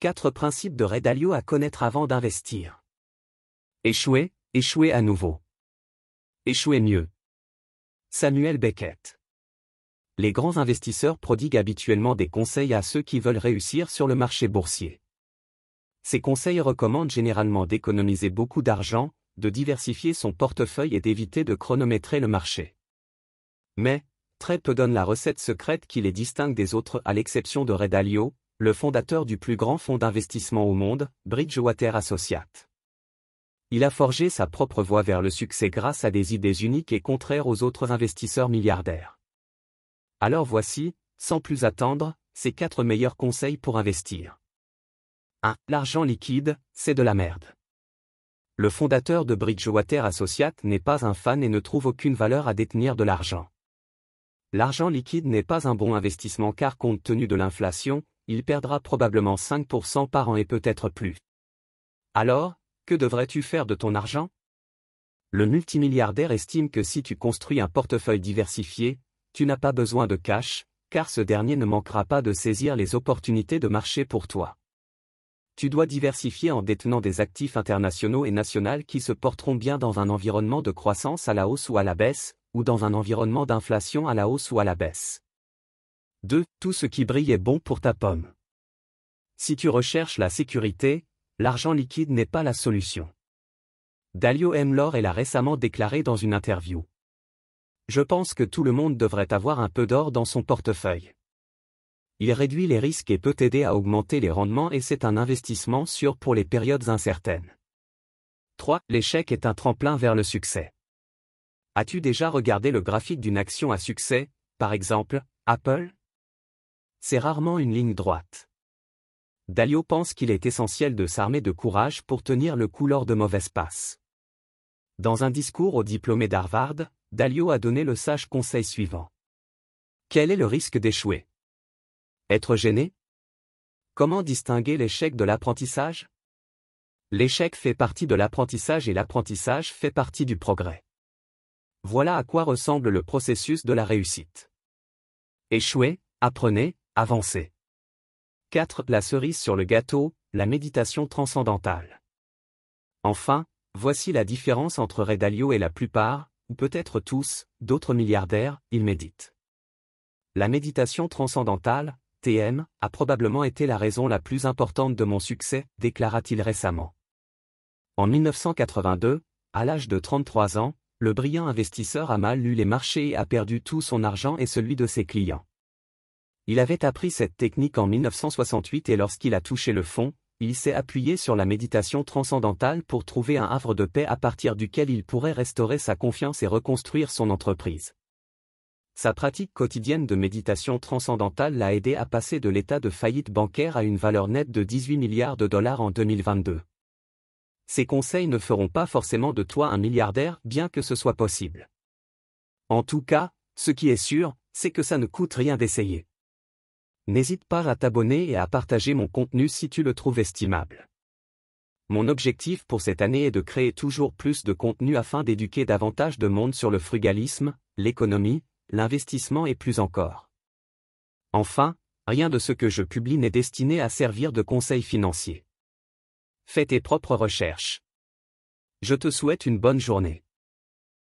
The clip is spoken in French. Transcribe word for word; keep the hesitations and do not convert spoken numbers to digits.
Quatre principes de Ray Dalio à connaître avant d'investir. Échouer, échouer à nouveau. Échouer mieux. Samuel Beckett. Les grands investisseurs prodiguent habituellement des conseils à ceux qui veulent réussir sur le marché boursier. Ces conseils recommandent généralement d'économiser beaucoup d'argent, de diversifier son portefeuille et d'éviter de chronométrer le marché. Mais, très peu donnent la recette secrète qui les distingue des autres à l'exception de Ray Dalio, le fondateur du plus grand fonds d'investissement au monde, Bridgewater Associates. Il a forgé sa propre voie vers le succès grâce à des idées uniques et contraires aux autres investisseurs milliardaires. Alors voici, sans plus attendre, ces quatre meilleurs conseils pour investir. un. L'argent liquide, c'est de la merde. Le fondateur de Bridgewater Associates n'est pas un fan et ne trouve aucune valeur à détenir de l'argent. L'argent liquide n'est pas un bon investissement car compte tenu de l'inflation, il perdra probablement cinq pour cent par an et peut-être plus. Alors, que devrais-tu faire de ton argent? Le multimilliardaire estime que si tu construis un portefeuille diversifié, tu n'as pas besoin de cash, car ce dernier ne manquera pas de saisir les opportunités de marché pour toi. Tu dois diversifier en détenant des actifs internationaux et nationaux qui se porteront bien dans un environnement de croissance à la hausse ou à la baisse, ou dans un environnement d'inflation à la hausse ou à la baisse. deux. Tout ce qui brille est bon pour ta pomme. Si tu recherches la sécurité, l'argent liquide n'est pas la solution. Dalio aime l'or et l'a récemment déclaré dans une interview. Je pense que tout le monde devrait avoir un peu d'or dans son portefeuille. Il réduit les risques et peut t'aider à augmenter les rendements et c'est un investissement sûr pour les périodes incertaines. trois. L'échec est un tremplin vers le succès. As-tu déjà regardé le graphique d'une action à succès, par exemple, Apple? C'est rarement une ligne droite. Dalio pense qu'il est essentiel de s'armer de courage pour tenir le coup lors de mauvaises passes. Dans un discours aux diplômés d'Harvard, Dalio a donné le sage conseil suivant. Quel est le risque d'échouer? Être gêné? Comment distinguer l'échec de l'apprentissage? L'échec fait partie de l'apprentissage et l'apprentissage fait partie du progrès. Voilà à quoi ressemble le processus de la réussite. Échouez, apprenez, avancez. quatre. La cerise sur le gâteau, la méditation transcendantale. Enfin, voici la différence entre Ray Dalio et la plupart, ou peut-être tous, d'autres milliardaires, ils méditent. La méditation transcendantale, T M, a probablement été la raison la plus importante de mon succès, déclara-t-il récemment. En mille neuf cent quatre-vingt-deux, à l'âge de trente-trois ans, le brillant investisseur a mal lu les marchés et a perdu tout son argent et celui de ses clients. Il avait appris cette technique en mille neuf cent soixante-huit et lorsqu'il a touché le fond, il s'est appuyé sur la méditation transcendantale pour trouver un havre de paix à partir duquel il pourrait restaurer sa confiance et reconstruire son entreprise. Sa pratique quotidienne de méditation transcendantale l'a aidé à passer de l'état de faillite bancaire à une valeur nette de dix-huit milliards de dollars en deux mille vingt-deux. Ces conseils ne feront pas forcément de toi un milliardaire, bien que ce soit possible. En tout cas, ce qui est sûr, c'est que ça ne coûte rien d'essayer. N'hésite pas à t'abonner et à partager mon contenu si tu le trouves estimable. Mon objectif pour cette année est de créer toujours plus de contenu afin d'éduquer davantage de monde sur le frugalisme, l'économie, l'investissement et plus encore. Enfin, rien de ce que je publie n'est destiné à servir de conseil financier. Fais tes propres recherches. Je te souhaite une bonne journée.